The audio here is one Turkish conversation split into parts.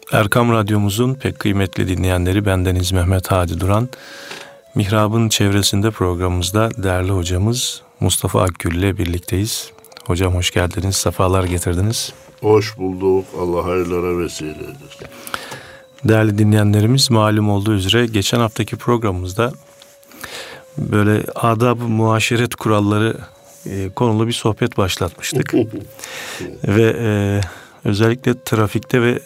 Erkam Radyomuzun pek kıymetli dinleyenleri, bendeniz Mehmet Hadi Duran. Mihrab'ın çevresinde programımızda değerli hocamız Mustafa Akgül ile birlikteyiz. Hocam hoş geldiniz, sefalar getirdiniz. Hoş bulduk, Allah hayırlara vesile eder. Değerli dinleyenlerimiz, malum olduğu üzere geçen haftaki programımızda böyle adab-ı muaşeret kuralları konulu bir sohbet başlatmıştık. Ve özellikle trafikte ve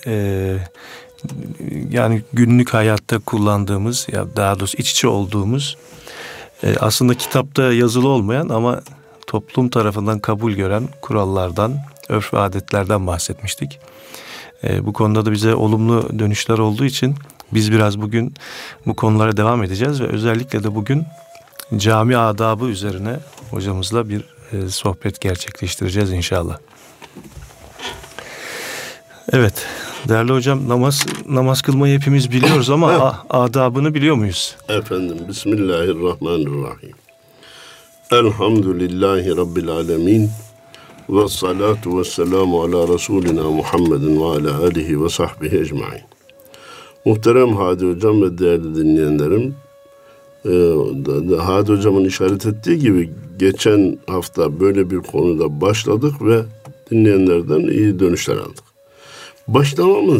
yani günlük hayatta kullandığımız, ya daha doğrusu iç içe olduğumuz, aslında kitapta yazılı olmayan ama toplum tarafından kabul gören kurallardan, örf ve adetlerden bahsetmiştik. Bu konuda da bize olumlu dönüşler olduğu için biz biraz bugün bu konulara devam edeceğiz ve özellikle de bugün cami adabı üzerine hocamızla bir sohbet gerçekleştireceğiz inşallah. Evet, değerli hocam, namaz kılmayı hepimiz biliyoruz ama adabını biliyor muyuz? Efendim, Bismillahirrahmanirrahim. Elhamdülillahi Rabbil alemin. Ve salatu ve selamu ala Resulina Muhammedin ve ala alihi ve sahbihi ecmain. Muhterem Hadi Hocam ve değerli dinleyenlerim, Hadi Hocam'ın işaret ettiği gibi geçen hafta böyle bir konuda başladık ve dinleyenlerden iyi dönüşler aldık. Başlamamın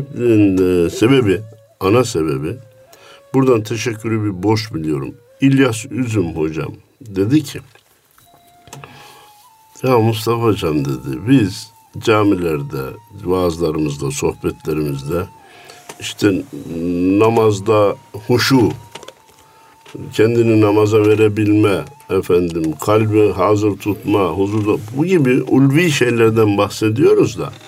ana sebebi, buradan teşekkürü bir borç biliyorum. İlyas Üzüm Hocam dedi ki, ya Mustafa Hocam dedi, biz camilerde, vaazlarımızda, sohbetlerimizde işte namazda huşu, kendini namaza verebilme, kalbi hazır tutma, huzurda, bu gibi ulvi şeylerden bahsediyoruz da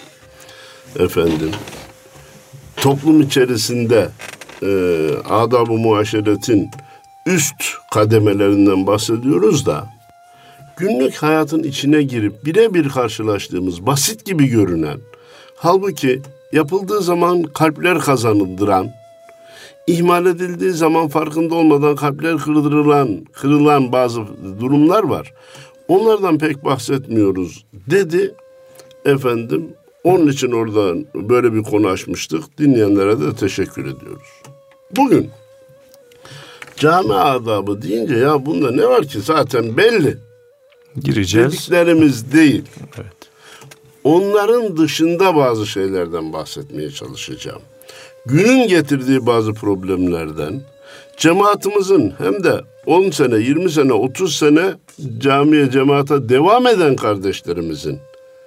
toplum içerisinde adab-ı muaşeretin üst kademelerinden bahsediyoruz da günlük hayatın içine girip birebir karşılaştığımız basit gibi görünen, halbuki yapıldığı zaman kalpler kazanıldıran, ihmal edildiği zaman farkında olmadan kalpler kırılan bazı durumlar var. Onlardan pek bahsetmiyoruz dedi. Onun için orada böyle bir konu açmıştık. Dinleyenlere de teşekkür ediyoruz. Bugün cami adabı deyince ya bunda ne var ki, zaten belli. Gireceğiz. Dediklerimiz değil. Evet. Onların dışında bazı şeylerden bahsetmeye çalışacağım. Günün getirdiği bazı problemlerden, cemaatimizin hem de 10 sene, 20 sene, 30 sene camiye, cemaate devam eden kardeşlerimizin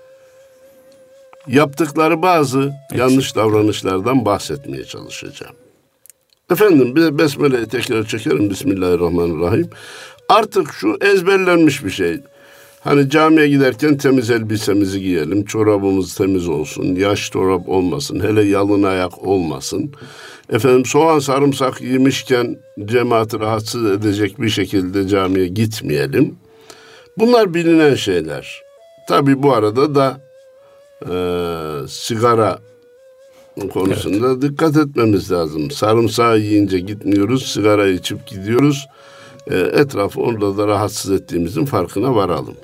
yaptıkları bazı yanlış davranışlardan bahsetmeye çalışacağım. Bir besmele'yi tekrar çekerim. Bismillahirrahmanirrahim. Artık şu ezberlenmiş bir şey. Hani camiye giderken temiz elbisemizi giyelim, çorabımız temiz olsun, yaş çorap olmasın, hele yalın ayak olmasın. Soğan sarımsak yemişken cemaati rahatsız edecek bir şekilde camiye gitmeyelim. Bunlar bilinen şeyler. Tabii bu arada da sigara konusunda dikkat etmemiz lazım. Sarımsağı yiyince gitmiyoruz, sigara içip gidiyoruz. Etrafı orada da rahatsız ettiğimizin farkına varalım.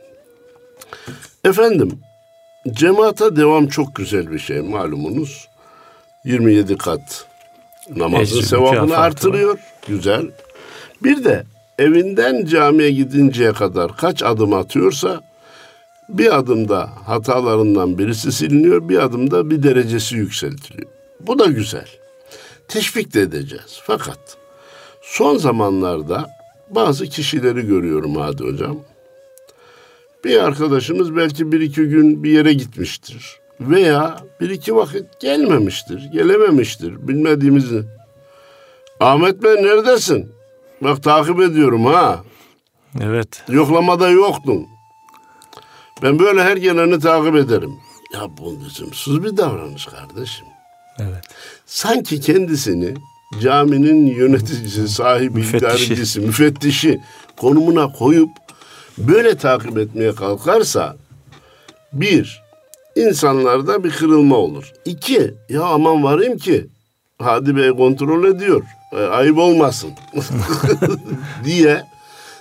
Cemaate devam çok güzel bir şey malumunuz. 27 kat namazın sevabını artırıyor. Güzel. Bir de evinden camiye gidinceye kadar kaç adım atıyorsa bir adımda hatalarından birisi siliniyor, bir adımda bir derecesi yükseltiliyor. Bu da güzel. Teşvik de edeceğiz. Fakat son zamanlarda bazı kişileri görüyorum Hadi Hocam. Bir arkadaşımız belki 1-2 gün bir yere gitmiştir. Veya 1-2 vakit gelememiştir. Bilmediğimizi. Ahmet Bey neredesin? Bak takip ediyorum ha. Evet. Yoklamada yoktun. Ben böyle her geleni takip ederim. Ya bu lüzumsuz bir davranış kardeşim. Evet. Sanki kendisini caminin yöneticisi, sahibi, idarecisi, müfettişi konumuna koyup böyle takip etmeye kalkarsa, bir, insanlarda bir kırılma olur. 2, ya aman varayım ki Hadi Bey kontrol ediyor, ayıp olmasın diye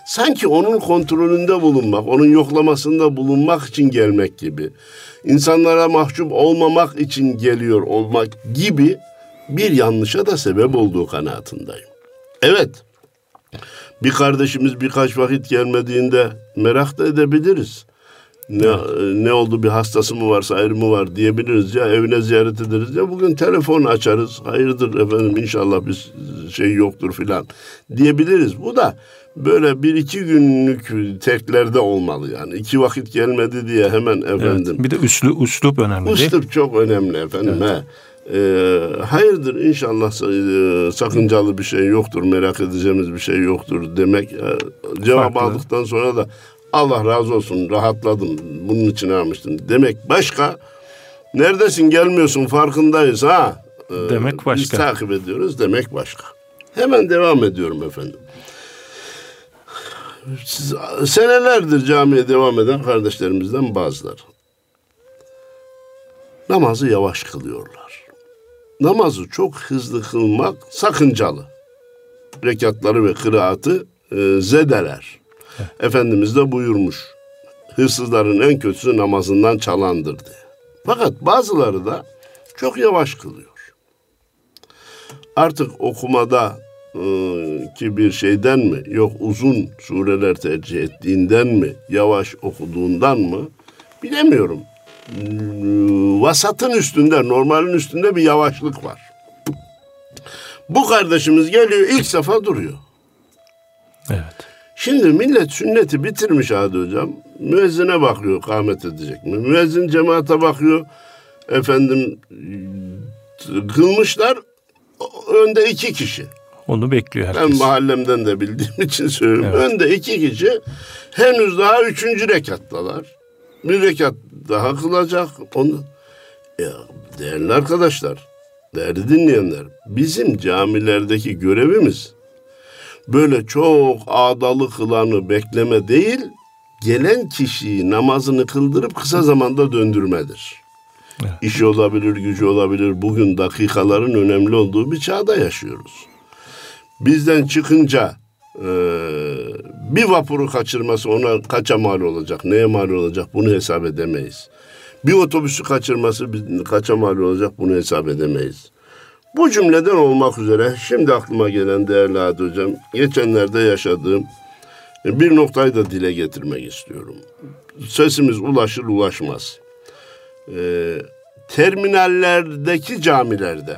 Sanki onun kontrolünde bulunmak, onun yoklamasında bulunmak için gelmek gibi, insanlara mahcup olmamak için geliyor olmak gibi bir yanlışa da sebep olduğu kanaatindeyim. Evet, bir kardeşimiz birkaç vakit gelmediğinde merak da edebiliriz. Ne oldu, bir hastası mı var, ayrı mı var diyebiliriz ya, evine ziyaret ederiz ya, bugün telefon açarız, hayırdır efendim inşallah bir şey yoktur filan diyebiliriz. Bu da böyle bir iki günlük teklerde olmalı yani. 2 vakit gelmedi diye hemen efendim. Evet, bir de üslup önemli. Üslup çok önemli efendim. Evet. Hayırdır inşallah sakıncalı bir şey yoktur, merak edeceğimiz bir şey yoktur demek. Cevap aldıktan sonra da Allah razı olsun, rahatladım, bunun için almıştım demek başka. Neredesin, gelmiyorsun, farkındayız ha. Demek başka. Biz takip ediyoruz demek başka. Hemen devam ediyorum efendim. Senelerdir camiye devam eden kardeşlerimizden bazıları namazı yavaş kılıyorlar. Namazı çok hızlı kılmak sakıncalı. Rekatları ve kıraatı zedeler. Evet. Efendimiz de buyurmuş. Hırsızların en kötüsü namazından çalandır diye. Fakat bazıları da çok yavaş kılıyor. Artık okumada ki bir şeyden mi, yok uzun sureler tercih ettiğinden mi, yavaş okuduğundan mı bilemiyorum. Vasatın üstünde, normalin üstünde bir yavaşlık var. Bu kardeşimiz geliyor, ilk sefer duruyor. Evet. Şimdi millet sünneti bitirmiş Hadi Hocam. Müezzine bakıyor, kâhmet edecek mi? Müezzin cemaate bakıyor. Efendim kılmışlar, önde 2 kişi. Onu bekliyor herkes. Ben mahallemden de bildiğim için söylüyorum. Evet. Önde 2 kişi, henüz daha 3. rekattalar. Bir rekat daha kılacak. Onu, ya, değerli arkadaşlar, değerli dinleyenler, bizim camilerdeki görevimiz böyle çok ağdalı kılanı bekleme değil, gelen kişiyi namazını kıldırıp kısa zamanda döndürmedir. Evet. İşi olabilir, gücü olabilir. Bugün dakikaların önemli olduğu bir çağda yaşıyoruz. Bizden çıkınca bir vapuru kaçırması ona kaça mal olacak, neye mal olacak bunu hesap edemeyiz. Bir otobüsü kaçırması kaça mal olacak bunu hesap edemeyiz. Bu cümleden olmak üzere şimdi aklıma gelen değerli Hadi Hocam, geçenlerde yaşadığım bir noktayı da dile getirmek istiyorum. Sesimiz ulaşır ulaşmaz. Terminallerdeki camilerde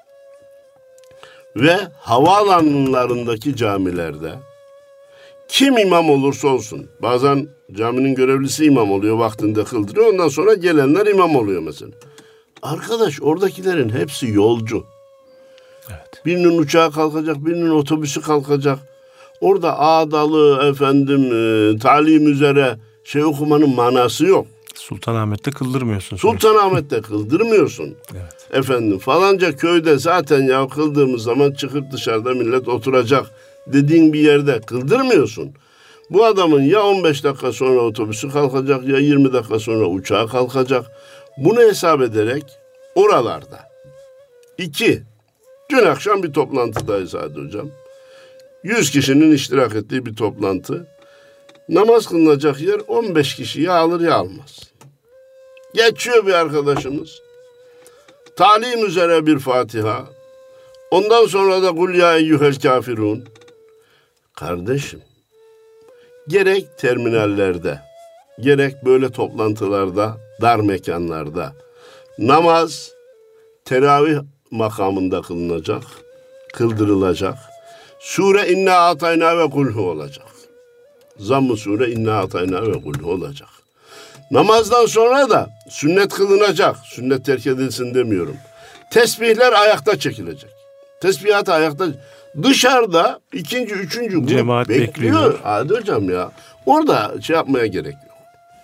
ve havaalanlarındaki camilerde kim imam olursa olsun, bazen caminin görevlisi imam oluyor, vaktinde kıldırıyor, ondan sonra gelenler imam oluyor mesela. Arkadaş, oradakilerin hepsi yolcu. Evet. Birinin uçağı kalkacak, birinin otobüsü kalkacak. Orada ağdalı talim üzere şey okumanın manası yok. Sultanahmet'te kıldırmıyorsun. Sultanahmet'te kıldırmıyorsun. Evet. Efendim falanca köyde zaten ya kıldığımız zaman çıkıp dışarıda millet oturacak dediğin bir yerde kıldırmıyorsun. Bu adamın ya 15 dakika sonra otobüsü kalkacak ya 20 dakika sonra uçağı kalkacak. Bunu hesap ederek oralarda. 2. Dün akşam bir toplantıdayız Hadi Hocam. 100 kişinin iştirak ettiği bir toplantı. Namaz kılınacak yer 15 kişi ya alır ya almaz. Geçiyor bir arkadaşımız. Talim üzere bir Fatiha. Ondan sonra da Kul ya eyyuhel kafirun. Kardeşim, gerek terminallerde, gerek böyle toplantılarda, dar mekanlarda namaz teravih makamında kılınacak, kıldırılacak. Sure inna atayna ve kulhu olacak. Zamm-ı sure inna atayna ve kulhu olacak. Namazdan sonra da sünnet kılınacak. Sünnet terk edilsin demiyorum. Tesbihler ayakta çekilecek. Tesbihat ayakta. Dışarıda 2. 3. grup cemaat bekliyor. Hadi Hocam ya. Orada şey yapmaya gerek yok.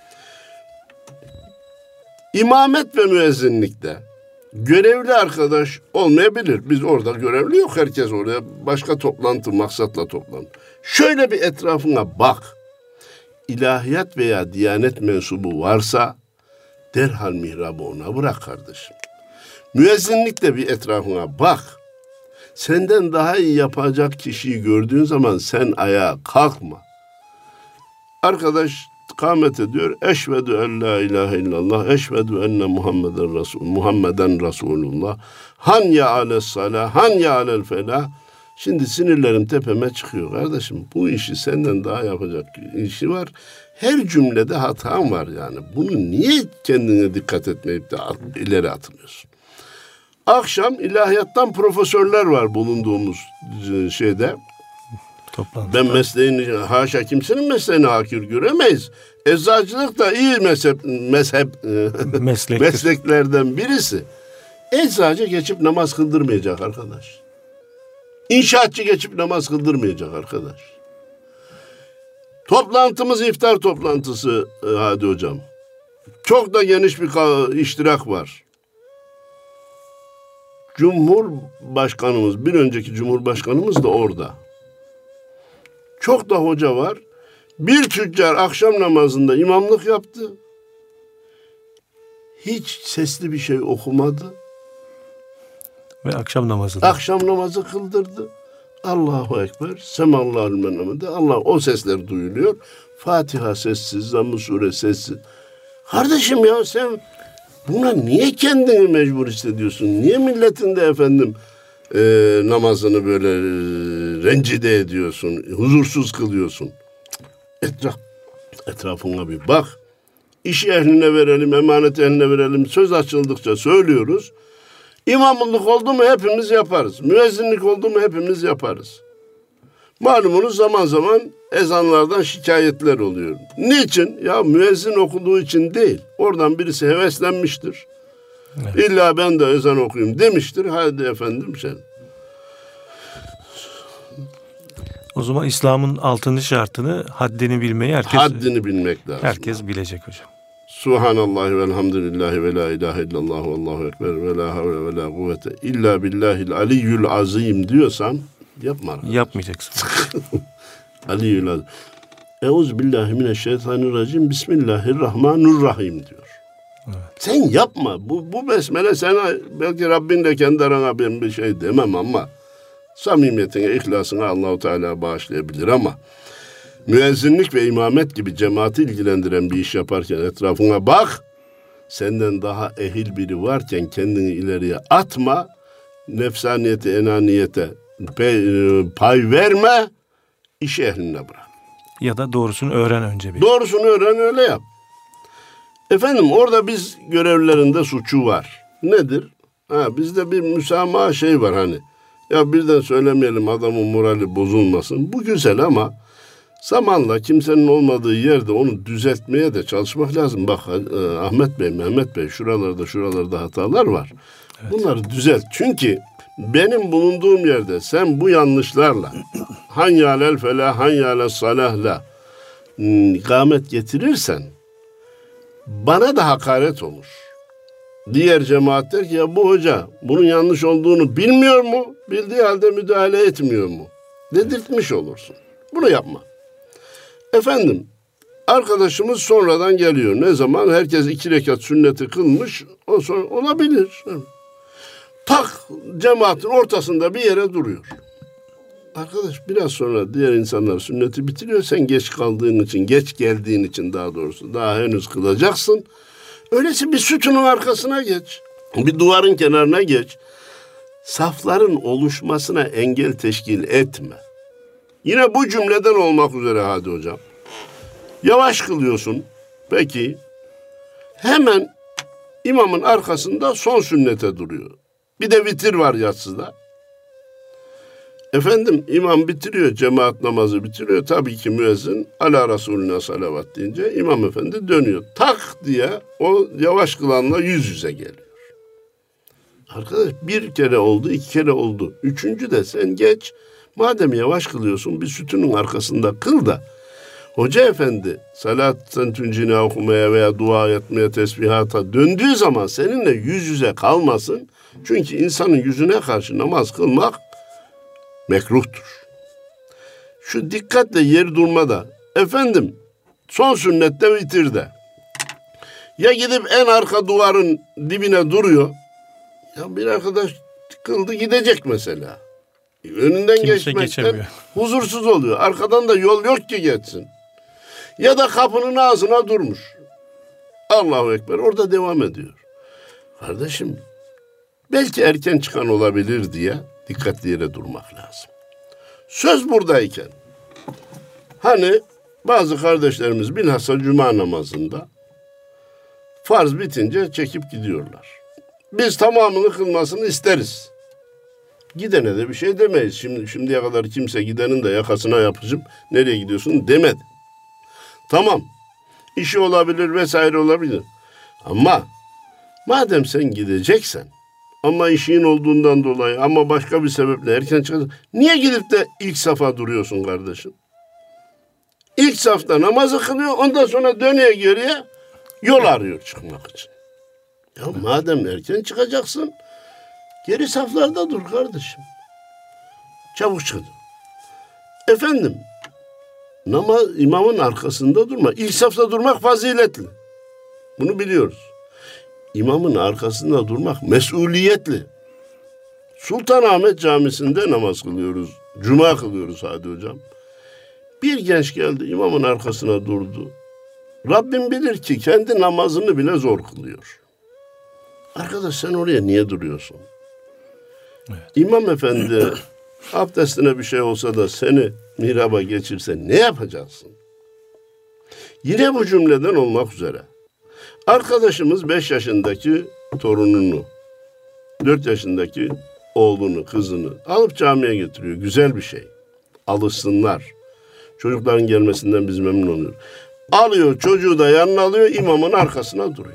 İmamet ve müezzinlikte görevli arkadaş olmayabilir. Biz orada görevli yok. Herkes oraya başka toplantı, maksatla toplantı. Şöyle bir etrafına bak. İlahiyat veya diyanet mensubu varsa derhal mihrabı ona bırak kardeşim. Müezzinlikte bir etrafına bak. Senden daha iyi yapacak kişiyi gördüğün zaman sen ayağa kalkma. Arkadaş kâmet ediyor. Eşvedü en la ilahe illallah. Eşvedü enne Muhammeden Resulullah. Han ya ales salah. Han ya alel felah. Şimdi sinirlerim tepeme çıkıyor. Kardeşim bu işi senden daha yapacak işi var. Her cümlede hatam var yani. Bunu niye kendine dikkat etmeyip de ileri atmıyorsun? Akşam ilahiyattan profesörler var bulunduğumuz şeyde. Toplantıda. Ben mesleğini, haşa kimsenin mesleğini hakir göremeyiz. Eczacılık da iyi mesleklerden birisi. Eczacı geçip namaz kıldırmayacak arkadaş. İnşaatçı geçip namaz kıldırmayacak arkadaş. Toplantımız iftar toplantısı Hadi Hocam. Çok da geniş bir iştirak var. Cumhurbaşkanımız, bir önceki Cumhurbaşkanımız da orada. Çok da hoca var. Bir tüccar akşam namazında imamlık yaptı. Hiç sesli bir şey okumadı. Ve akşam namazı kıldırdı. Allahu Ekber. Semallahu limen hamide. Allah, o sesler duyuluyor. Fatiha sessiz, Zamm-ı Sure sessiz. Kardeşim ya sen buna niye kendini mecbur hissediyorsun? Niye milletin de namazını böyle rencide ediyorsun? Huzursuz kılıyorsun? Etrafına bir bak. İşi ehline verelim, emanet ehline verelim. Söz açıldıkça söylüyoruz. İmamlık oldu mu hepimiz yaparız. Müezzinlik oldu mu hepimiz yaparız. Malumunuz zaman zaman ezanlardan şikayetler oluyor. Niçin? Ya müezzin okuduğu için değil. Oradan birisi heveslenmiştir. Evet. İlla ben de ezan okuyayım demiştir. Hadi efendim sen. O zaman İslam'ın 6. şartını haddini bilmeyi haddini bilmek lazım. Herkes bilecek hocam. Subhanallah ve elhamdülillahi ve la ilahe illallah ve allahu ekber ve la havle ve la kuvvete illa billahil aliyyül azim diyorsan yapma. Yapmayacaksın. Aliyyül azim. Euzubillahimineşşeytanirracim. Bismillahirrahmanirrahim diyor. Evet. Sen yapma. Bu besmele sana belki Rabbin de kendi arana ben bir şey demem ama samimiyetine, ihlasına Allah-u Teala bağışlayabilir ama müezzinlik ve imamet gibi cemaati ilgilendiren bir iş yaparken etrafına bak. Senden daha ehil biri varken kendini ileriye atma. Nefsaniyete, enaniyete pay verme. İşi ehline bırak. Ya da doğrusunu öğren önce bir. Doğrusunu öğren, öyle yap. Efendim orada biz görevlilerinde suçu var. Nedir? Bizde bir müsamaha var hani. Ya birden söylemeyelim adamın morali bozulmasın. Bu güzel ama zamanla kimsenin olmadığı yerde onu düzeltmeye de çalışmak lazım. Bak Ahmet Bey, Mehmet Bey şuralarda hatalar var. Evet. Bunları düzelt. Çünkü benim bulunduğum yerde sen bu yanlışlarla hanyalel felah, hanyalel salahla ikamet getirirsen bana da hakaret olur. Diğer cemaat der ki ya bu hoca bunun yanlış olduğunu bilmiyor mu? Bildiği halde müdahale etmiyor mu? Dedirtmiş olursun. Bunu yapma. Efendim arkadaşımız sonradan geliyor. Ne zaman? Herkes 2 rekat sünneti kılmış. O sonra olabilir. Tak cemaatin ortasında bir yere duruyor. Arkadaş biraz sonra diğer insanlar sünneti bitiriyor. Sen geç kaldığın için, geç geldiğin için daha doğrusu daha henüz kılacaksın. Öyleyse bir sütunun arkasına geç. Bir duvarın kenarına geç. Safların oluşmasına engel teşkil etme. Yine bu cümleden olmak üzere Hadi Hocam. Yavaş kılıyorsun. Peki. Hemen imamın arkasında son sünnete duruyor. Bir de vitir var yatsıda. Efendim imam bitiriyor, cemaat namazı bitiriyor. Tabii ki müezzin ala Resulüne salavat deyince imam efendi dönüyor. Tak diye o yavaş kılanla yüz yüze geliyor. Arkadaş 1 kere oldu, 2 kere oldu. 3. de sen geç. Madem yavaş kılıyorsun bir sütunun arkasında kıl da hoca efendi salat-ı tüncine okumaya veya dua etmeye, tesbihata döndüğü zaman seninle yüz yüze kalmasın. Çünkü insanın yüzüne karşı namaz kılmak mekruhtur. Şu dikkatle yer durmada. Efendim son sünnette vitirde. Ya gidip en arka duvarın dibine duruyor. Ya bir arkadaş kıldı gidecek mesela. Önünden kimse geçmekten geçemiyor. Huzursuz oluyor. Arkadan da yol yok ki geçsin. Ya da kapının ağzına durmuş. Allahu Ekber, orada devam ediyor. Kardeşim, belki erken çıkan olabilir diye dikkatli yere durmak lazım. Söz buradayken, hani bazı kardeşlerimiz bilhassa cuma namazında farz bitince çekip gidiyorlar. Biz tamamını kılmasını isteriz. Gidene de bir şey demeyiz. Şimdiye kadar kimse gidenin de yakasına yapışıp nereye gidiyorsun demedi. Tamam, işi olabilir vesaire olabilir. Ama madem sen gideceksen, ama işin olduğundan dolayı ama başka bir sebeple erken çıkacaksın, niye gidip de ilk safa duruyorsun kardeşim? İlk safta namazı kılıyor, ondan sonra dönüyor geriye, yol arıyor çıkmak için. Ya madem erken çıkacaksın, geri saflarda dur kardeşim. Çabuk çık. Efendim, imamın arkasında durma. İlk safta durmak faziletli. Bunu biliyoruz. İmamın arkasında durmak mesuliyetli. Sultanahmet Camisi'nde namaz kılıyoruz. Cuma kılıyoruz Hadi Hocam. Bir genç geldi, imamın arkasına durdu. Rabbim bilir ki kendi namazını bile zor kılıyor. Arkadaş, sen oraya niye duruyorsun? Evet. İmam efendi abdestine bir şey olsa da seni mihraba geçirse ne yapacaksın? Yine bu cümleden olmak üzere. Arkadaşımız 5 yaşındaki torununu, 4 yaşındaki oğlunu, kızını alıp camiye getiriyor. Güzel bir şey. Alışsınlar. Çocukların gelmesinden biz memnun oluyoruz. Alıyor, çocuğu da yanına alıyor, imamın arkasına duruyor.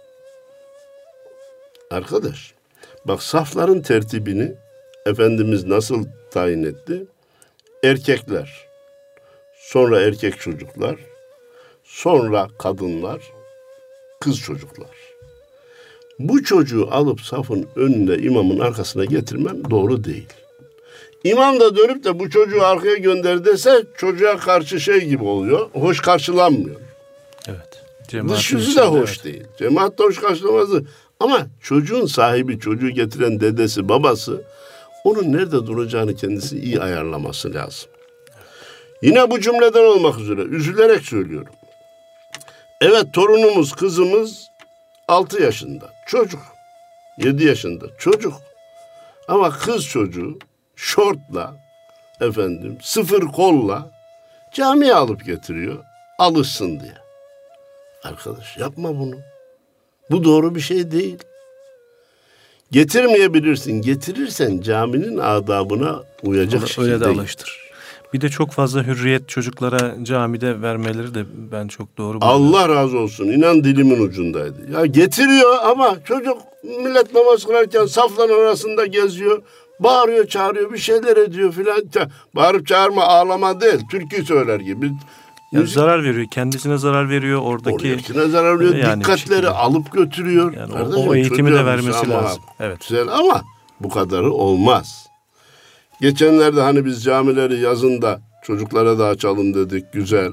Arkadaş, bak safların tertibini Efendimiz nasıl tayin etti? Erkekler, sonra erkek çocuklar, sonra kadınlar, kız çocuklar. Bu çocuğu alıp safın önünde imamın arkasına getirmem doğru değil. İmam da dönüp de bu çocuğu arkaya gönder dese çocuğa karşı şey gibi oluyor. Hoş karşılanmıyor. Evet. Dış yüzü de hoş değil. Cemaat de hoş karşılamazdı. Ama çocuğun sahibi, çocuğu getiren dedesi, babası onun nerede duracağını kendisi iyi ayarlaması lazım. Yine bu cümleden olmak üzere üzülerek söylüyorum. Evet, torunumuz, kızımız 6 yaşında. Çocuk. 7 yaşında. Çocuk. Ama kız çocuğu şortla, sıfır kolla camiye alıp getiriyor. Alışsın diye. Arkadaş, yapma bunu. Bu doğru bir şey değil. Getirmeyebilirsin. Getirirsen caminin adabına uyacak şekilde. Öyle de alıştır. Bir de çok fazla hürriyet çocuklara camide vermeleri de ben çok doğru buluyorum. Allah razı olsun. İnan dilimin ucundaydı. Ya getiriyor ama çocuk millet namaz kılarken safların arasında geziyor. Bağırıyor, çağırıyor, bir şeyler ediyor filan. Bağırıp çağırma, ağlama değil. Türkü söyler gibi. Yani zarar veriyor. Kendisine zarar veriyor. Oradakine zarar veriyor. Yani dikkatleri alıp götürüyor. Yani o eğitimi de vermesi lazım. Evet. Güzel ama bu kadarı olmaz. Geçenlerde hani biz camileri yazında çocuklara da açalım dedik. Güzel.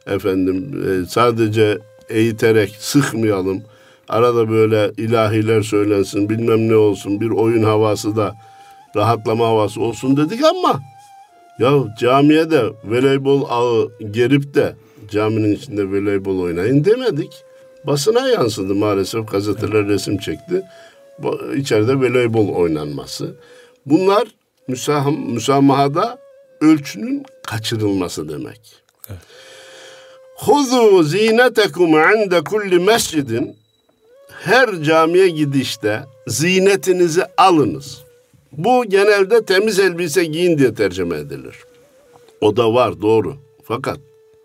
Sadece eğiterek sıkmayalım. Arada böyle ilahiler söylensin, bilmem ne olsun, bir oyun havası da rahatlama havası olsun dedik ama ya camiye de voleybol ağı gerip de caminin içinde voleybol oynayın demedik. Basına yansıdı maalesef, gazeteler resim çekti. İçeride voleybol oynanması. Bunlar müsamahada ölçünün kaçırılması demek. Evet. Huzu zinetekum inde kulli mescidin, her camiye gidişte zinetinizi alınız. Bu genelde temiz elbise giyin diye tercüme edilir. O da var, doğru. Fakat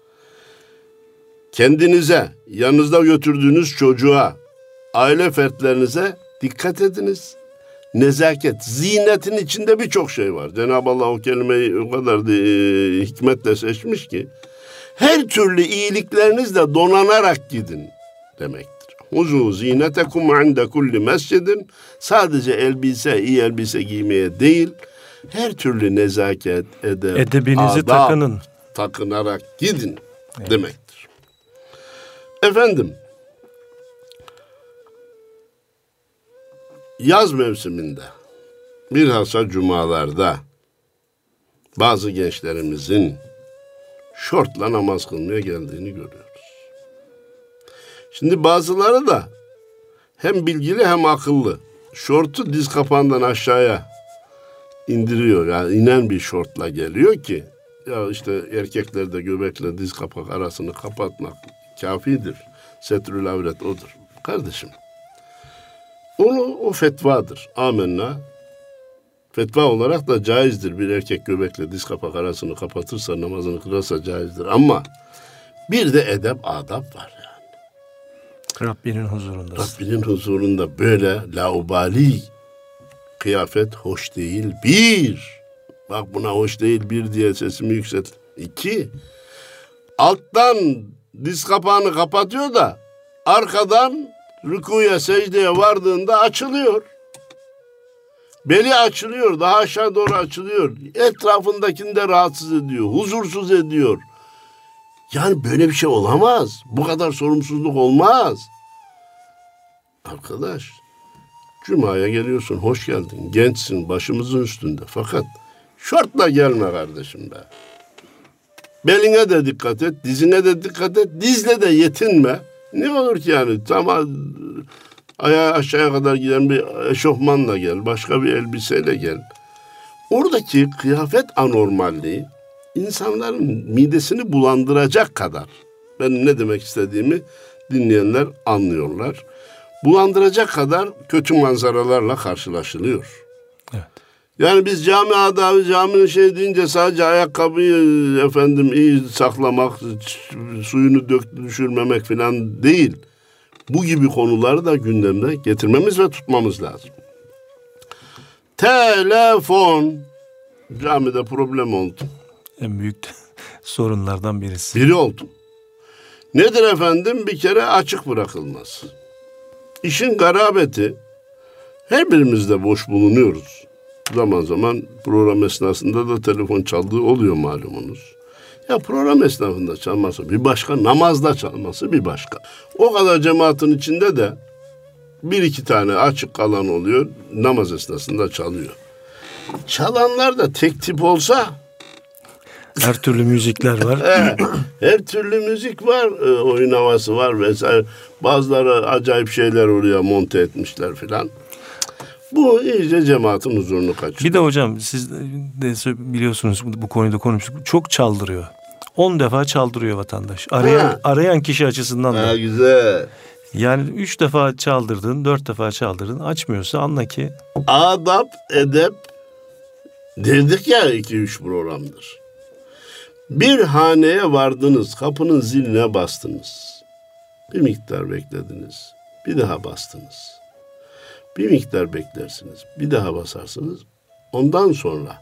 kendinize, yanınızda götürdüğünüz çocuğa, aile fertlerinize dikkat ediniz. Nezaket, zinetin içinde birçok şey var. Cenab-ı Allah o kelimeyi o kadar hikmetle seçmiş ki her türlü iyiliklerinizle donanarak gidin demektir. Huzu zinetekum inde kulli mescidin, sadece iyi elbise giymeye değil, her türlü nezaket, edebinizi takınarak gidin demektir. Efendim, yaz mevsiminde, bilhassa cumalarda bazı gençlerimizin şortla namaz kılmaya geldiğini görüyoruz. Şimdi bazıları da hem bilgili hem akıllı. Şortu diz kapağından aşağıya indiriyor. Yani inen bir şortla geliyor ki ya işte erkeklerde göbekle diz kapak arasını kapatmak kafidir. Setrül avret odur. Kardeşim o fetvadır. Amenna. Fetva olarak da caizdir. Bir erkek göbekle diz kapak arasını kapatırsa, namazını kılarsa caizdir. Ama bir de edep, adap var yani. Rabbinin huzurunda. Rabbinin huzurunda böyle laubali kıyafet hoş değil. Bir, bak buna hoş değil bir diye sesimi yükselt. İki, alttan diz kapağını kapatıyor da arkadan rükuya, secdeye vardığında açılıyor. Beli açılıyor, daha aşağı doğru açılıyor. Etrafındakini de rahatsız ediyor, huzursuz ediyor. Yani böyle bir şey olamaz. Bu kadar sorumsuzluk olmaz. Arkadaş, Cuma'ya geliyorsun, hoş geldin. Gençsin, başımızın üstünde. Fakat şortla gelme kardeşim be. Beline de dikkat et, dizine de dikkat et, dizle de yetinme. Ne olur ki yani? Tamam, ayağı aşağıya kadar giden bir eşofmanla gel, başka bir elbiseyle gel. Oradaki kıyafet anormalliği insanların midesini bulandıracak kadar, ben ne demek istediğimi dinleyenler anlıyorlar, bulandıracak kadar kötü manzaralarla karşılaşılıyor. Evet. Yani biz cami adabı, caminin şey deyince sadece ayakkabıyı iyi saklamak, suyunu düşürmemek falan değil. Bu gibi konuları da gündemde getirmemiz ve tutmamız lazım. Telefon. Camide problem oldu. En büyük sorunlardan birisi. Biri oldu. Nedir efendim? Bir kere açık bırakılmaz. İşin garabeti, her birimiz de boş bulunuyoruz. Zaman zaman program esnasında da telefon çaldığı oluyor malumunuz. Ya program esnasında çalması bir başka, namazda çalması bir başka. O kadar cemaatin içinde de bir iki tane açık kalan oluyor, namaz esnasında çalıyor. Çalanlar da tek tip olsa... Her türlü müzikler var. Her türlü müzik var, oyun havası var vesaire. Bazıları acayip şeyler oraya monte etmişler filan. Bu iyice cemaatin huzurunu kaçırıyor. Bir de hocam siz de biliyorsunuz bu konuda konuştuk. Çok çaldırıyor. 10 defa çaldırıyor vatandaş. Arayan kişi açısından da. Güzel. Yani 3 defa çaldırdın, 4 defa çaldırdın. Açmıyorsa anla ki. Adap, edep dedik ya 2-3 programdır. Bir haneye vardınız, kapının ziline bastınız. Bir miktar beklediniz. Bir daha bastınız. Bir miktar beklersiniz. Bir daha basarsınız. Ondan sonra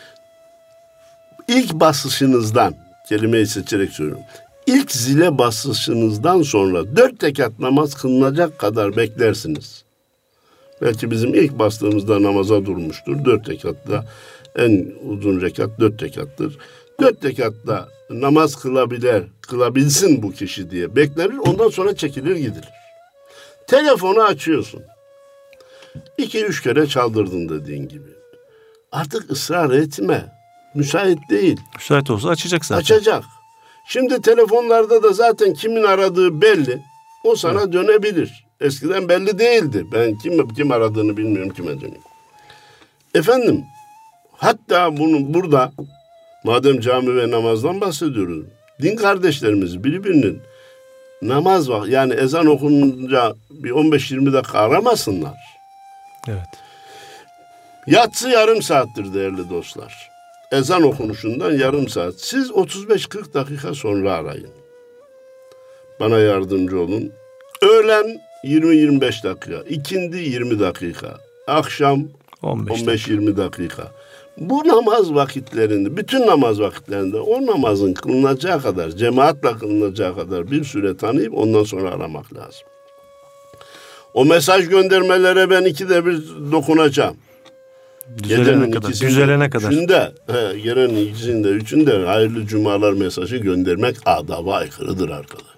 ilk basışınızdan, kelimeyi seçerek söylüyorum. İlk zile basışınızdan sonra 4 rekat namaz kılınacak kadar beklersiniz. Belki bizim ilk bastığımızda namaza durmuştur. 4 rekatta en uzun rekat 4 rekattır. 4 rekatta namaz kılabilsin bu kişi diye beklenir. Ondan sonra çekilir gidilir. Telefonu açıyorsun. 2-3 kere çaldırdın dediğin gibi. Artık ısrar etme. Müsait değil. Müsait olsa açacak zaten. Açacak. Şimdi telefonlarda da zaten kimin aradığı belli. O sana dönebilir. Eskiden belli değildi. Ben kim aradığını bilmiyorum, kime döneyim. Efendim, hatta bunu burada, madem cami ve namazdan bahsediyoruz, din kardeşlerimiz birbirinin namaz var, yani ezan okununca bir 15-20 dakika aramasınlar. Evet. Yatsı yarım saattir değerli dostlar. Ezan okunuşundan yarım saat. Siz 35-40 dakika sonra arayın. Bana yardımcı olun. Öğlen 20-25 dakika. İkindi 20 dakika. Akşam 15-20 dakika. Bu namaz vakitlerinde, bütün namaz vakitlerinde o namazın kılınacağı kadar, cemaatle kılınacağı kadar bir süre tanıyıp ondan sonra aramak lazım. O mesaj göndermelere ben 2'de bir dokunacağım. Düzelene kadar. Gecenin ikisinde, üçünde hayırlı cumalar mesajı göndermek adaba aykırıdır arkadaş.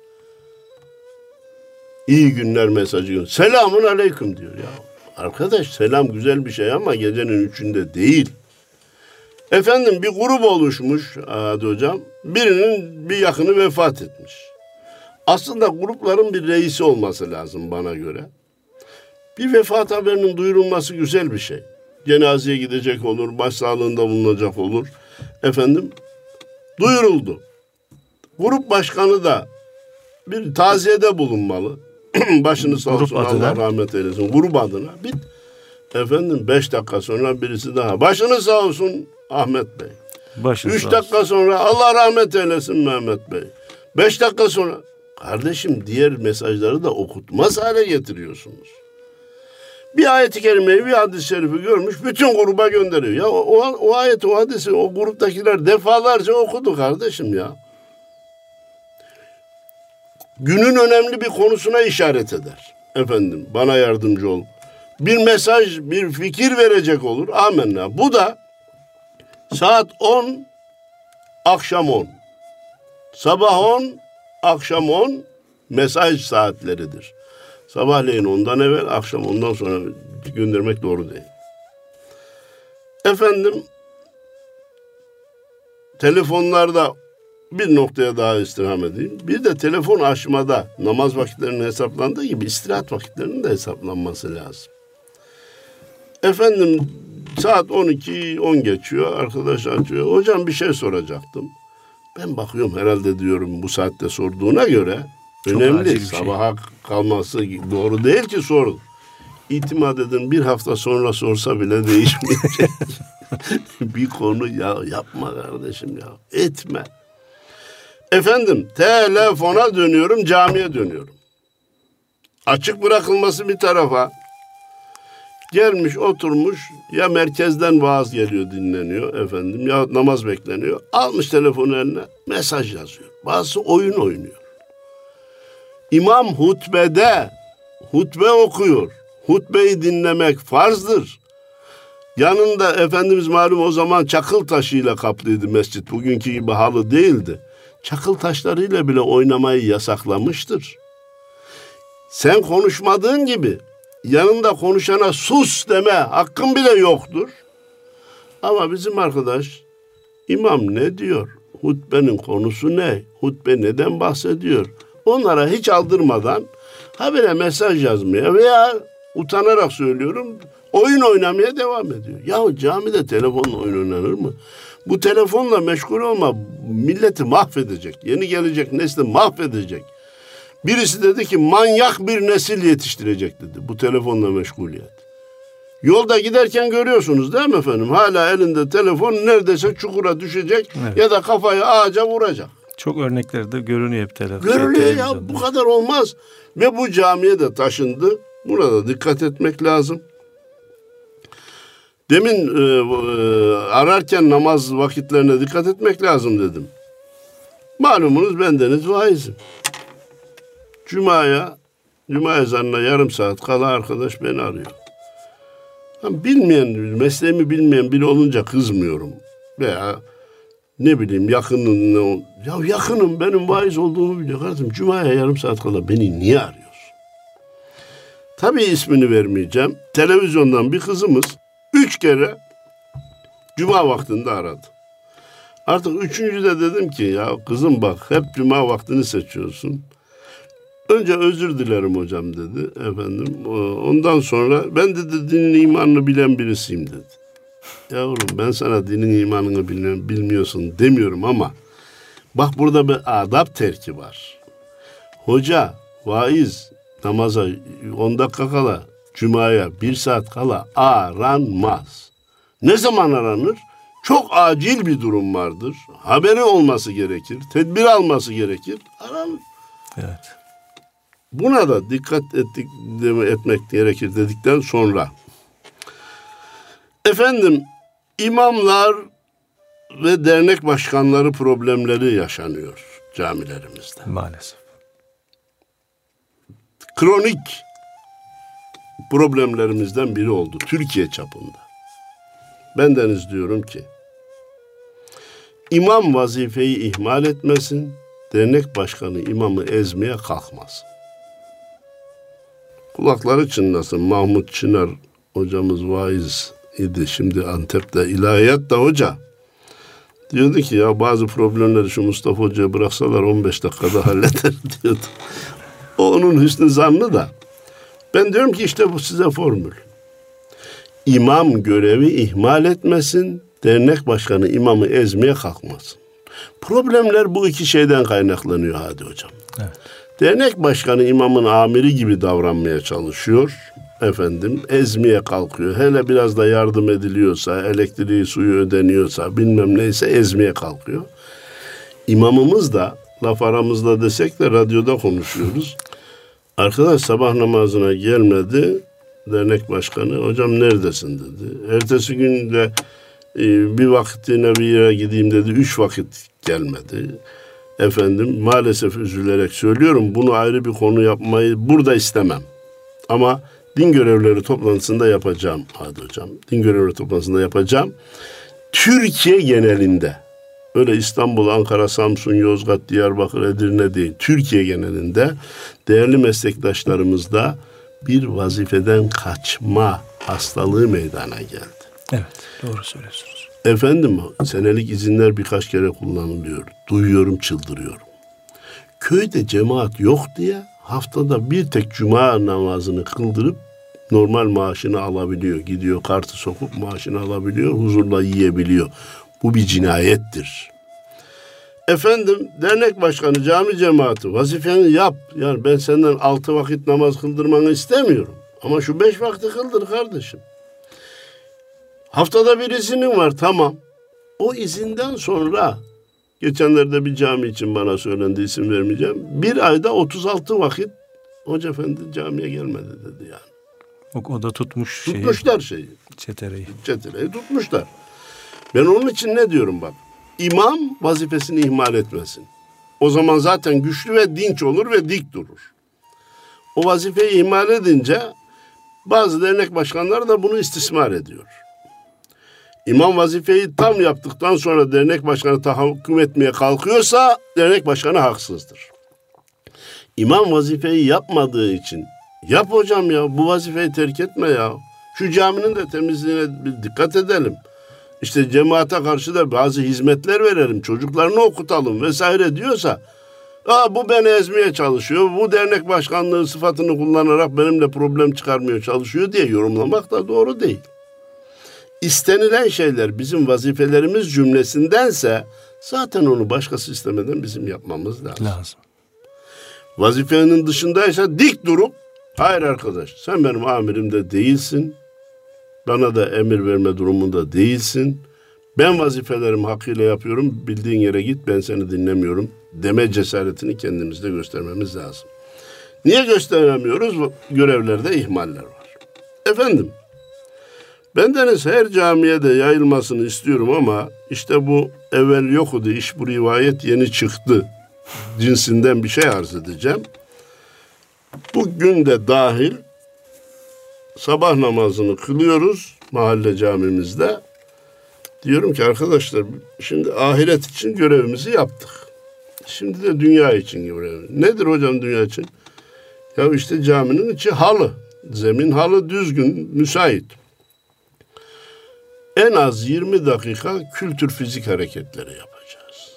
İyi günler mesajı. Selamun aleyküm diyor ya. Arkadaş selam güzel bir şey ama gecenin üçünde değil. Efendim bir grup oluşmuş Hadi Hocam. Birinin bir yakını vefat etmiş. Aslında grupların bir reisi olması lazım bana göre. Bir vefat haberinin duyurulması güzel bir şey. Cenazeye gidecek olur, başsağlığında bulunacak olur. Efendim duyuruldu. Grup başkanı da bir taziyede bulunmalı. Başını sağ olsun, Allah rahmet eylesin. Grup adına. Efendim 5 dakika sonra birisi daha. Başını sağ olsun Ahmet Bey. 3 dakika sonra Allah rahmet eylesin Mehmet Bey. 5 dakika sonra. Kardeşim diğer mesajları da okutmaz hale getiriyorsunuz. Bir ayet-i kerimeyi, bir hadis-i şerifi görmüş, bütün gruba gönderiyor. Ya o ayeti, o hadisi, o gruptakiler defalarca okudu kardeşim ya. Günün önemli bir konusuna işaret eder. Efendim bana yardımcı ol. Bir mesaj, bir fikir verecek olur. Amenna. Bu da saat 10, akşam 10. Sabah 10, akşam 10 mesaj saatleridir. Sabahleyin ondan evvel, akşam ondan sonra göndermek doğru değil. Efendim, telefonlarda bir noktaya daha istirham edeyim. Bir de telefon açmada namaz vakitlerinin hesaplandığı gibi istirahat vakitlerinin de hesaplanması lazım. Efendim, saat 12:10 geçiyor, arkadaş açıyor. Hocam bir şey soracaktım. Ben bakıyorum herhalde diyorum bu saatte sorduğuna göre çok önemli. Sabaha kalması doğru değil ki sor. İtimat edin, bir hafta sonra sorsa bile değişmeyecek. Bir konu ya yapma kardeşim ya. Etme. Efendim telefona dönüyorum, camiye dönüyorum. Açık bırakılması bir tarafa. Gelmiş oturmuş ya merkezden vaaz geliyor dinleniyor efendim ya namaz bekleniyor. Almış telefonu eline mesaj yazıyor. Bazısı oyun oynuyor. İmam hutbe okuyor. Hutbeyi dinlemek farzdır. Yanında Efendimiz malum o zaman çakıl taşıyla kaplıydı mescit. Bugünkü gibi halı değildi. Çakıl taşlarıyla bile oynamayı yasaklamıştır. Sen konuşmadığın gibi yanında konuşana sus deme hakkın bile yoktur. Ama bizim arkadaş imam ne diyor? Hutbenin konusu ne? Hutbe neden bahsediyor? Onlara hiç aldırmadan habire mesaj yazmaya veya utanarak söylüyorum oyun oynamaya devam ediyor. Ya camide telefonla oyun oynanır mı? Bu telefonla meşgul olma milleti mahvedecek. Yeni gelecek nesli mahvedecek. Birisi dedi ki manyak bir nesil yetiştirecek dedi bu telefonla meşguliyet. Yolda giderken görüyorsunuz değil mi efendim? Hala elinde telefon neredeyse çukura düşecek ya da kafayı ağaca vuracak. Çok örnekleri de görünüyor hep telefon. Görünüyor ya bu kadar olmaz. Ve bu camiye de taşındı. Buna da dikkat etmek lazım. Demin ararken namaz vakitlerine dikkat etmek lazım dedim. Malumunuz bendeniz vaizim. Cuma ezanına yarım saat kala arkadaş beni arıyor. Bilmeyen, mesleğimi bilmeyen biri olunca kızmıyorum. Veya ne bileyim yakınım. Ya yakınım benim vaiz olduğumu biliyor kardeşim. Cuma'ya yarım saat kala beni niye arıyorsun? Tabii ismini vermeyeceğim. Televizyondan bir kızımız 3 kere Cuma vaktinde aradı. Artık 3.'de dedim ki ya kızım bak hep Cuma vaktini seçiyorsun. Önce özür dilerim hocam dedi efendim. Ondan sonra ben dedi dinin imanını bilen birisiyim dedi. Yavrum ben sana dinin imanını bilmiyorsun demiyorum ama bak burada bir adab terki var. Hoca, vaiz namaza 10 dakika kala, Cuma'ya 1 saat kala aranmaz. Ne zaman aranır? Çok acil bir durum vardır. Haberi olması gerekir. Tedbir alması gerekir. Aranır. Evet. Buna da dikkat etmek gerekir dedikten sonra. Efendim, imamlar ve dernek başkanları problemleri yaşanıyor camilerimizde. Maalesef. Kronik problemlerimizden biri oldu Türkiye çapında. Bendeniz diyorum ki, imam vazifeyi ihmal etmesin, dernek başkanı imamı ezmeye kalkmasın. Kulakları çınlasın. Mahmut Çınar hocamız vaiz idi. Şimdi Antep'te ilahiyat da hoca. Diyordu ki ya bazı problemleri şu Mustafa Hoca'ya bıraksalar 15 dakikada halleder diyordu. O onun hüsnü zannı da. Ben diyorum ki işte bu size formül. İmam görevi ihmal etmesin, dernek başkanı imamı ezmeye kalkmasın. Problemler bu iki şeyden kaynaklanıyor Hadi Hocam. Evet. Dernek başkanı imamın amiri gibi davranmaya çalışıyor. Ezmeye kalkıyor. Hele biraz da yardım ediliyorsa, elektriği, suyu ödeniyorsa, bilmem neyse ezmeye kalkıyor. İmamımız da, laf aramızda desek de radyoda konuşuyoruz. Arkadaş sabah namazına gelmedi. Dernek başkanı, hocam neredesin dedi. Ertesi gün de bir vakitine bir yere gideyim dedi. 3 vakit gelmedi. Maalesef üzülerek söylüyorum. Bunu ayrı bir konu yapmayı burada istemem. Ama din görevlileri toplantısında yapacağım Hadi Hocam. Din görevlileri toplantısında yapacağım. Türkiye genelinde. Öyle İstanbul, Ankara, Samsun, Yozgat, Diyarbakır, Edirne değil. Türkiye genelinde değerli meslektaşlarımızda bir vazifeden kaçma hastalığı meydana geldi. Evet, doğru söylüyorsunuz. Senelik izinler birkaç kere kullanılıyor. Duyuyorum, çıldırıyorum. Köyde cemaat yok diye haftada bir tek cuma namazını kıldırıp normal maaşını alabiliyor. Gidiyor kartı sokup maaşını alabiliyor, huzurla yiyebiliyor. Bu bir cinayettir. Dernek başkanı, cami cemaati vazifeni yap. Yani ben senden 6 vakit namaz kıldırmanı istemiyorum. Ama şu 5 vakti kıldır kardeşim. Haftada bir izinin var, tamam. O izinden sonra, geçenlerde bir cami için bana söylendi, isim vermeyeceğim. Bir ayda 36 vakit Hoca Efendi camiye gelmedi dedi yani. O da tutmuşlar şeyi. Çetereyi tutmuşlar. Ben onun için ne diyorum bak. İmam vazifesini ihmal etmesin. O zaman zaten güçlü ve dinç olur ve dik durur. O vazifeyi ihmal edince bazı dernek başkanları da bunu istismar ediyor. İmam vazifeyi tam yaptıktan sonra dernek başkanı tahakküm etmeye kalkıyorsa dernek başkanı haksızdır. İmam vazifeyi yapmadığı için yap hocam ya, bu vazifeyi terk etme ya. Şu caminin de temizliğine bir dikkat edelim. İşte cemaate karşı da bazı hizmetler verelim, çocuklarını okutalım vesaire diyorsa, bu beni ezmeye çalışıyor, bu dernek başkanlığı sıfatını kullanarak benimle problem çıkarmaya çalışıyor diye yorumlamak da doğru değil. İstenilen şeyler bizim vazifelerimiz cümlesindense zaten onu başkası istemeden bizim yapmamız lazım. Vazifenin dışındaysa dik durup, hayır arkadaş sen benim amirimde değilsin, bana da emir verme durumunda değilsin, ben vazifelerimi hakkıyla yapıyorum, bildiğin yere git, ben seni dinlemiyorum deme cesaretini kendimizde göstermemiz lazım. Niye gösteremiyoruz? Görevlerde ihmaller var. Bendeniz her camiye de yayılmasını istiyorum ama işte bu evvel yoktu, iş bu rivayet yeni çıktı cinsinden bir şey arz edeceğim. Bugün de dahil sabah namazını kılıyoruz mahalle camimizde. Diyorum ki arkadaşlar, şimdi ahiret için görevimizi yaptık. Şimdi de dünya için görevimiz. Nedir hocam dünya için? Ya işte caminin içi halı. Zemin halı, düzgün, müsait. En az 20 dakika kültür fizik hareketleri yapacağız.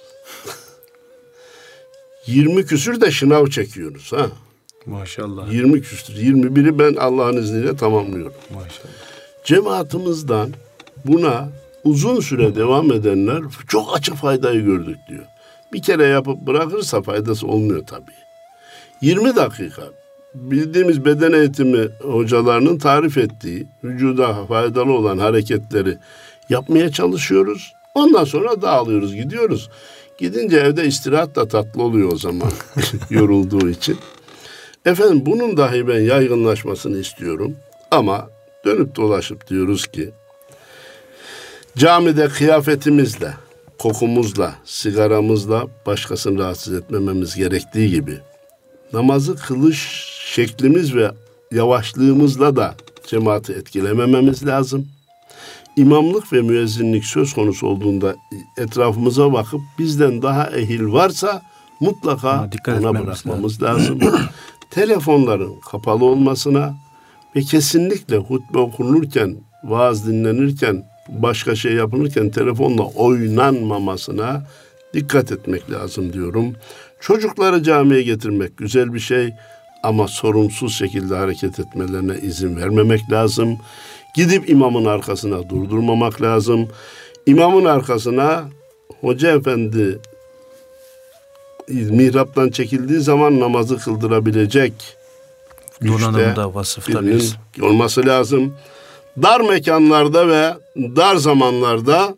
20 küsür de şınav çekiyoruz ha. Maşallah. 20 küsür. 21'i ben Allah'ın izniyle tamamlıyorum. Maşallah. Cemaatimizden buna uzun süre devam edenler çok açık faydayı gördük diyor. Bir kere yapıp bırakırsa faydası olmuyor tabii. 20 dakika bildiğimiz beden eğitimi hocalarının tarif ettiği vücuda faydalı olan hareketleri yapmaya çalışıyoruz. Ondan sonra dağılıyoruz, gidiyoruz. Gidince evde istirahat da tatlı oluyor o zaman yorulduğu için. Bunun dahi ben yaygınlaşmasını istiyorum. Ama dönüp dolaşıp diyoruz ki camide kıyafetimizle, kokumuzla, sigaramızla başkasını rahatsız etmememiz gerektiği gibi namazı kılış şeklimiz ve yavaşlığımızla da cemaati etkilemememiz lazım. İmamlık ve müezzinlik söz konusu olduğunda etrafımıza bakıp bizden daha ehil varsa mutlaka ona bırakmamız lazım. Telefonların kapalı olmasına ve kesinlikle hutbe okunurken, vaaz dinlenirken başka şey yapılırken telefonla oynanmamasına dikkat etmek lazım diyorum. Çocukları camiye getirmek güzel bir şey ama sorumsuz şekilde hareket etmelerine izin vermemek lazım. Gidip imamın arkasına durdurmamak lazım. İmamın arkasına hoca efendi mihraptan çekildiği zaman namazı kıldırabilecek donanımda, vasıfta birisi olması lazım. Dar mekanlarda ve dar zamanlarda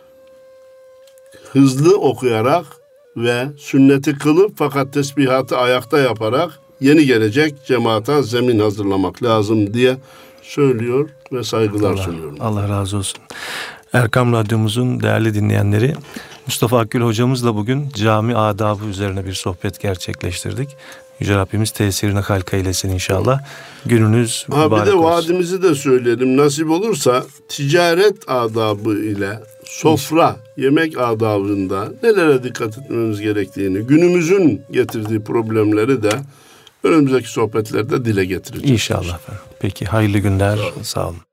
hızlı okuyarak ve sünneti kılıp fakat tesbihatı ayakta yaparak yeni gelecek cemaate zemin hazırlamak lazım diye söylüyor ve saygılar sunuyorum. Allah razı olsun. Erkam Radyomuzun değerli dinleyenleri, Mustafa Akgül hocamızla bugün cami adabı üzerine bir sohbet gerçekleştirdik. Yüce Rabbimiz tesirine halka eylesin inşallah. Gününüz mübarek olsun. Bir de vaadimizi de söyleyelim. Nasip olursa ticaret adabı ile sofra, yemek adabında nelere dikkat etmemiz gerektiğini, günümüzün getirdiği problemleri de önümüzdeki sohbetlerde dile getireceğiz. İnşallah. Peki hayırlı günler. Sağ olun.